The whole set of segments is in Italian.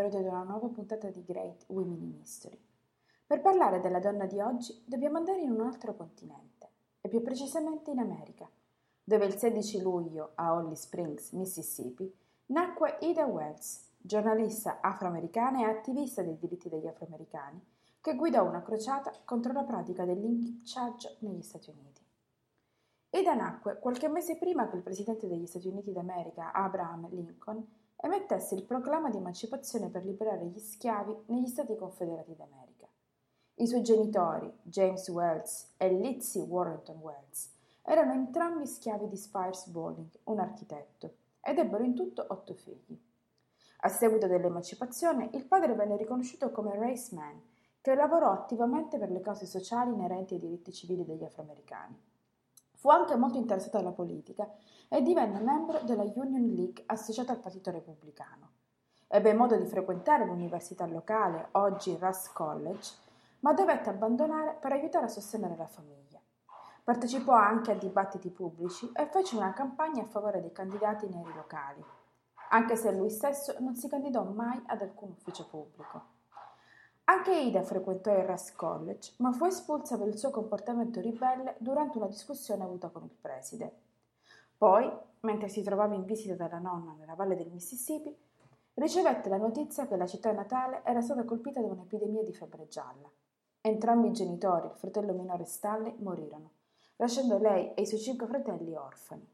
benvenuti ad una nuova puntata di Great Women in History. Per parlare della donna di oggi dobbiamo andare in un altro continente, e più precisamente in America, dove il 16 luglio a Holly Springs, Mississippi, nacque Ida Wells, giornalista afroamericana e attivista dei diritti degli afroamericani, che guidò una crociata contro la pratica del linciaggio negli Stati Uniti. Ida nacque qualche mese prima che il presidente degli Stati Uniti d'America, Abraham Lincoln, emettesse il proclama di emancipazione per liberare gli schiavi negli Stati Confederati d'America. I suoi genitori, James Wells e Lizzie Warrenton Wells, erano entrambi schiavi di Spires Bowling, un architetto, ed ebbero in tutto 8 figli. A seguito dell'emancipazione, il padre venne riconosciuto come raceman, che lavorò attivamente per le cause sociali inerenti ai diritti civili degli afroamericani. Fu anche molto interessato alla politica e divenne membro della Union League associata al Partito Repubblicano. Ebbe modo di frequentare l'università locale, oggi Rusk College, ma dovette abbandonare per aiutare a sostenere la famiglia. Partecipò anche a dibattiti pubblici e fece una campagna a favore dei candidati neri locali, anche se lui stesso non si candidò mai ad alcun ufficio pubblico. Anche Ida frequentò il Rusk College, ma fu espulsa per il suo comportamento ribelle durante una discussione avuta con il preside. Poi, mentre si trovava in visita dalla nonna nella valle del Mississippi, ricevette la notizia che la città natale era stata colpita da un'epidemia di febbre gialla. Entrambi i genitori, il fratello minore Stanley, morirono, lasciando lei e i suoi 5 fratelli orfani.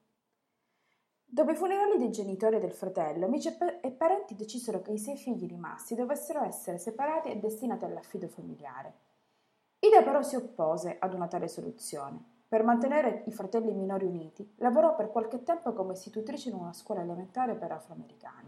Dopo i funerali dei genitori e del fratello, amici e parenti decisero che i 6 figli rimasti dovessero essere separati e destinati all'affido familiare. Ida però si oppose ad una tale soluzione. Per mantenere i fratelli minori uniti, lavorò per qualche tempo come istitutrice in una scuola elementare per afroamericani.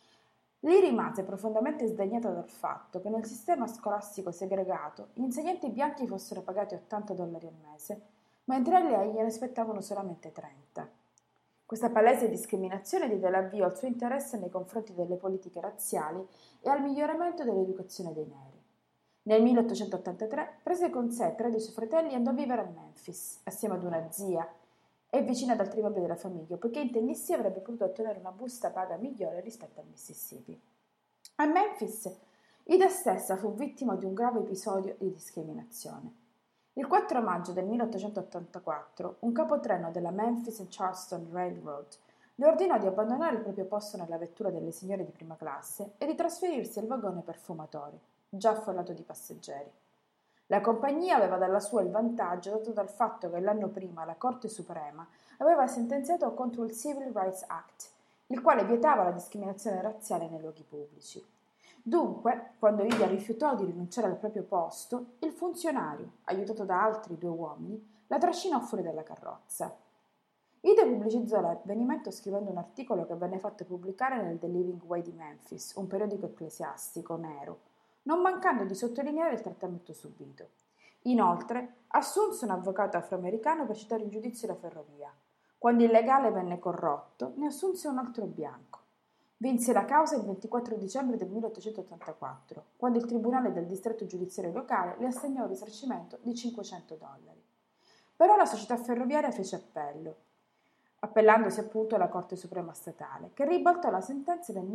Lì rimase profondamente sdegnata dal fatto che nel sistema scolastico segregato gli insegnanti bianchi fossero pagati $80 al mese, mentre a lei gliene spettavano solamente 30. Questa palese discriminazione diede l'avvio al suo interesse nei confronti delle politiche razziali e al miglioramento dell'educazione dei neri. Nel 1883 prese con sé 3 dei suoi fratelli e andò a vivere a Memphis, assieme ad una zia e vicina ad altri membri della famiglia, poiché in Tennessee avrebbe potuto ottenere una busta paga migliore rispetto al Mississippi. A Memphis, Ida stessa fu vittima di un grave episodio di discriminazione. Il 4 maggio del 1884, un capotreno della Memphis and Charleston Railroad le ordinò di abbandonare il proprio posto nella vettura delle signore di prima classe e di trasferirsi al vagone per fumatori, già affollato di passeggeri. La compagnia aveva dalla sua il vantaggio dato dal fatto che l'anno prima la Corte Suprema aveva sentenziato contro il Civil Rights Act, il quale vietava la discriminazione razziale nei luoghi pubblici. Dunque, quando Ida rifiutò di rinunciare al proprio posto, il funzionario, aiutato da altri 2 uomini, la trascinò fuori dalla carrozza. Ida pubblicizzò l'avvenimento scrivendo un articolo che venne fatto pubblicare nel The Living Way di Memphis, un periodico ecclesiastico nero, non mancando di sottolineare il trattamento subito. Inoltre, assunse un avvocato afroamericano per citare in giudizio la ferrovia. Quando il legale venne corrotto, ne assunse un altro bianco. Vinse la causa il 24 dicembre del 1884, quando il tribunale del distretto giudiziario locale le assegnò un risarcimento di $500. Però la società ferroviaria fece appello, appellandosi appunto alla Corte Suprema Statale, che ribaltò la sentenza del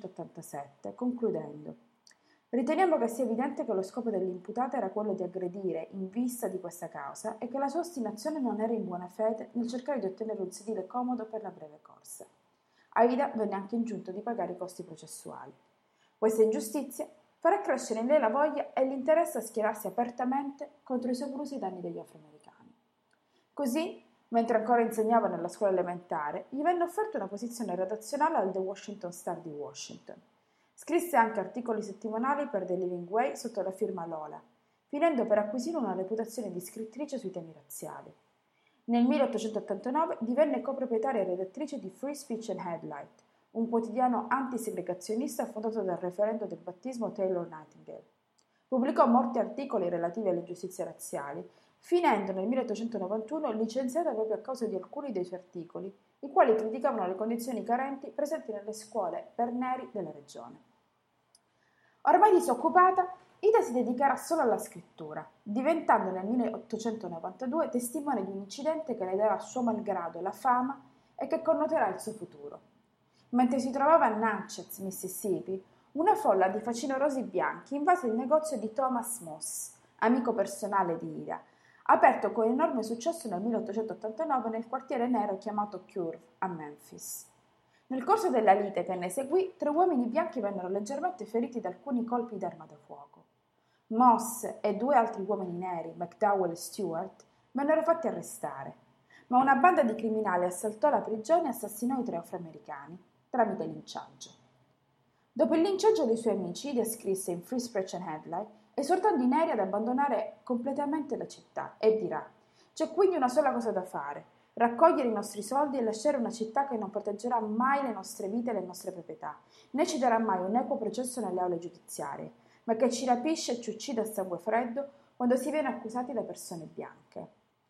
1887, concludendo: riteniamo che sia evidente che lo scopo dell'imputata era quello di aggredire in vista di questa causa e che la sua ostinazione non era in buona fede nel cercare di ottenere un sedile comodo per la breve corsa. A Ida venne anche ingiunto di pagare i costi processuali. Questa ingiustizia farà crescere in lei la voglia e l'interesse a schierarsi apertamente contro i soprusi danni degli afroamericani. Così, mentre ancora insegnava nella scuola elementare, gli venne offerta una posizione redazionale al The Washington Star di Washington. Scrisse anche articoli settimanali per The Living Way sotto la firma Lola, finendo per acquisire una reputazione di scrittrice sui temi razziali. Nel 1889 divenne coproprietaria e redattrice di Free Speech and Headlight, un quotidiano antisegregazionista fondato dal referendo del battismo Taylor Nightingale. Pubblicò molti articoli relativi alle ingiustizie razziali, finendo nel 1891 licenziata proprio a causa di alcuni dei suoi articoli, i quali criticavano le condizioni carenti presenti nelle scuole per neri della regione. Ormai disoccupata, Ida si dedicherà solo alla scrittura, diventando nel 1892 testimone di un incidente che le darà a suo malgrado la fama e che connoterà il suo futuro. Mentre si trovava a Natchez, Mississippi, una folla di facinorosi bianchi invase il negozio di Thomas Moss, amico personale di Ida, aperto con enorme successo nel 1889 nel quartiere nero chiamato Curve a Memphis. Nel corso della lite che ne seguì, 3 uomini bianchi vennero leggermente feriti da alcuni colpi d'arma da fuoco. Moss e 2 altri uomini neri, McDowell e Stewart, vennero fatti arrestare, ma una banda di criminali assaltò la prigione e assassinò i 3 afroamericani tramite linciaggio. Dopo il linciaggio dei suoi amici, Ida scrisse in Free Speech and Headline, esortando i neri ad abbandonare completamente la città, e dirà: «C'è quindi una sola cosa da fare, raccogliere i nostri soldi e lasciare una città che non proteggerà mai le nostre vite e le nostre proprietà, né ci darà mai un equo processo nelle aule giudiziarie, ma che ci rapisce e ci uccide a sangue freddo quando si viene accusati da persone bianche».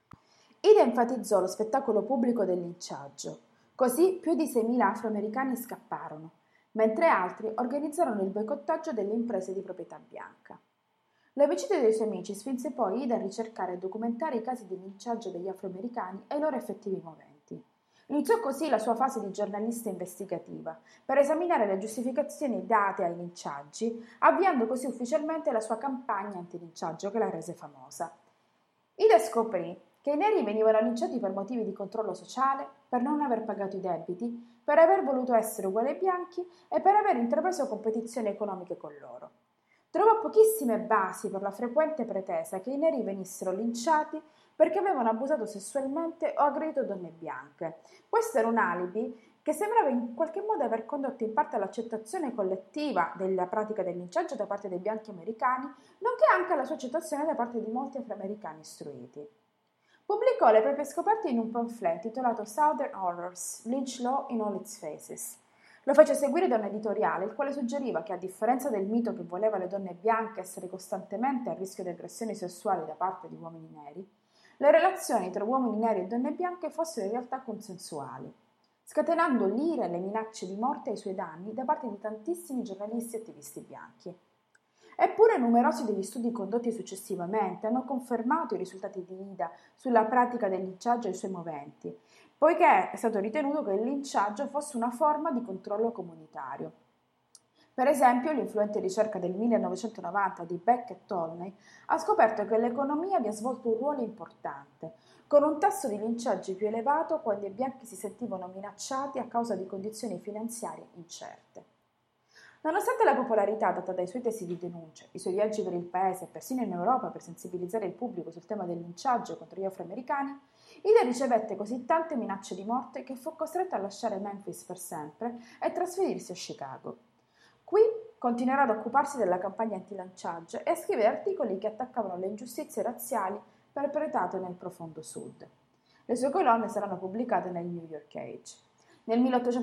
Ida enfatizzò lo spettacolo pubblico del linciaggio. Così più di 6.000 afroamericani scapparono, mentre altri organizzarono il boicottaggio delle imprese di proprietà bianca. L'omicidio dei suoi amici spinse poi Ida a ricercare e documentare i casi di linciaggio degli afroamericani e i loro effettivi moventi. Iniziò così la sua fase di giornalista investigativa, per esaminare le giustificazioni date ai linciaggi, avviando così ufficialmente la sua campagna anti-linciaggio che la rese famosa. Ida scoprì che i neri venivano linciati per motivi di controllo sociale, per non aver pagato i debiti, per aver voluto essere uguali ai bianchi e per aver intrapreso competizioni economiche con loro. Trovò pochissime basi per la frequente pretesa che i neri venissero linciati perché avevano abusato sessualmente o aggredito donne bianche. Questo era un alibi che sembrava in qualche modo aver condotto in parte all'accettazione collettiva della pratica del linciaggio da parte dei bianchi americani, nonché anche alla sua accettazione da parte di molti afroamericani istruiti. Pubblicò le proprie scoperte in un pamphlet titolato Southern Horrors, Lynch Law in All Its Phases. Lo fece seguire da un editoriale, il quale suggeriva che, a differenza del mito che voleva le donne bianche essere costantemente a rischio di aggressioni sessuali da parte di uomini neri, le relazioni tra uomini neri e donne bianche fossero in realtà consensuali, scatenando l'ira e le minacce di morte ai suoi danni da parte di tantissimi giornalisti e attivisti bianchi. Eppure numerosi degli studi condotti successivamente hanno confermato i risultati di Ida sulla pratica del linciaggio e i suoi moventi, poiché è stato ritenuto che il linciaggio fosse una forma di controllo comunitario. Per esempio, l'influente ricerca del 1990 di Beck e Tolney ha scoperto che l'economia vi ha svolto un ruolo importante, con un tasso di linciaggi più elevato quando i bianchi si sentivano minacciati a causa di condizioni finanziarie incerte. Nonostante la popolarità data dai suoi testi di denuncia, i suoi viaggi per il paese e persino in Europa per sensibilizzare il pubblico sul tema del linciaggio contro gli afroamericani, Ida ricevette così tante minacce di morte che fu costretta a lasciare Memphis per sempre e trasferirsi a Chicago. Qui continuerà ad occuparsi della campagna anti-lanciaggio e a scrivere articoli che attaccavano le ingiustizie razziali perpetrate nel profondo sud. Le sue colonne saranno pubblicate nel New York Age. Nel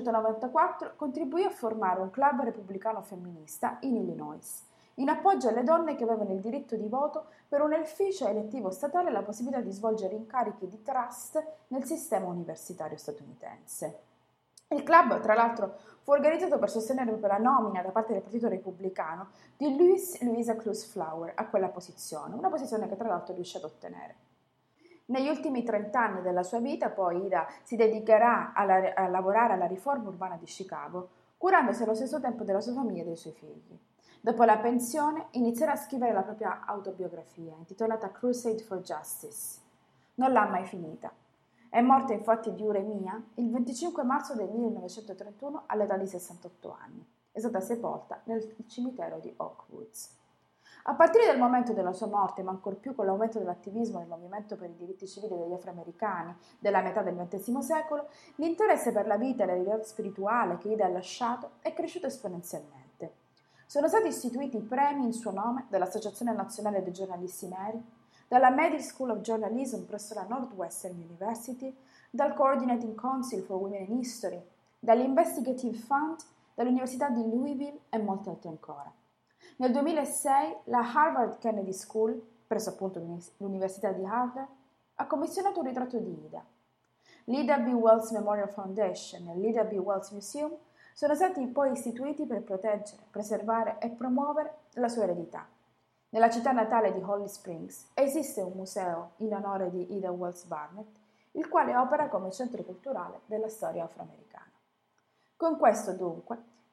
1894 contribuì a formare un club repubblicano femminista in Illinois, in appoggio alle donne che avevano il diritto di voto per un ufficio elettivo statale e la possibilità di svolgere incarichi di trust nel sistema universitario statunitense. Il club, tra l'altro, fu organizzato per sostenere per la nomina da parte del Partito Repubblicano di Louisa Cluse Flower a quella posizione, una posizione che tra l'altro riuscì ad ottenere. Negli ultimi 30 anni della sua vita, poi, Ida si dedicherà a lavorare alla riforma urbana di Chicago, curandosi allo stesso tempo della sua famiglia e dei suoi figli. Dopo la pensione, inizierà a scrivere la propria autobiografia, intitolata Crusade for Justice. Non l'ha mai finita. È morta infatti di uremia il 25 marzo del 1931 all'età di 68 anni. È stata sepolta nel cimitero di Oak Woods. A partire dal momento della sua morte, ma ancor più con l'aumento dell'attivismo nel movimento per i diritti civili degli afroamericani della metà del XX secolo, l'interesse per la vita e l'eredità spirituale che Ida ha lasciato è cresciuto esponenzialmente. Sono stati istituiti premi in suo nome dall'Associazione Nazionale dei Giornalisti Neri, dalla Medill School of Journalism presso la Northwestern University, dal Coordinating Council for Women in History, dall'Investigative Fund, dall'Università di Louisville e molti altri ancora. Nel 2006 la Harvard Kennedy School, presso appunto l'Università di Harvard, ha commissionato un ritratto di Ida. L'Ida B. Wells Memorial Foundation e l'Ida B. Wells Museum sono stati poi istituiti per proteggere, preservare e promuovere la sua eredità. Nella città natale di Holly Springs esiste un museo in onore di Ida Wells Barnett, il quale opera come centro culturale della storia afroamericana. Con questo, dunque,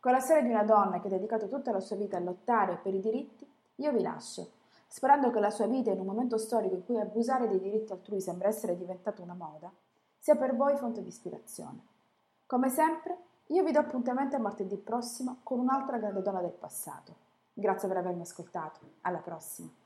Con la storia di una donna che ha dedicato tutta la sua vita a lottare per i diritti, io vi lascio, sperando che la sua vita, in un momento storico in cui abusare dei diritti altrui sembra essere diventata una moda, sia per voi fonte di ispirazione. Come sempre, io vi do appuntamento a martedì prossimo con un'altra grande donna del passato. Grazie per avermi ascoltato. Alla prossima.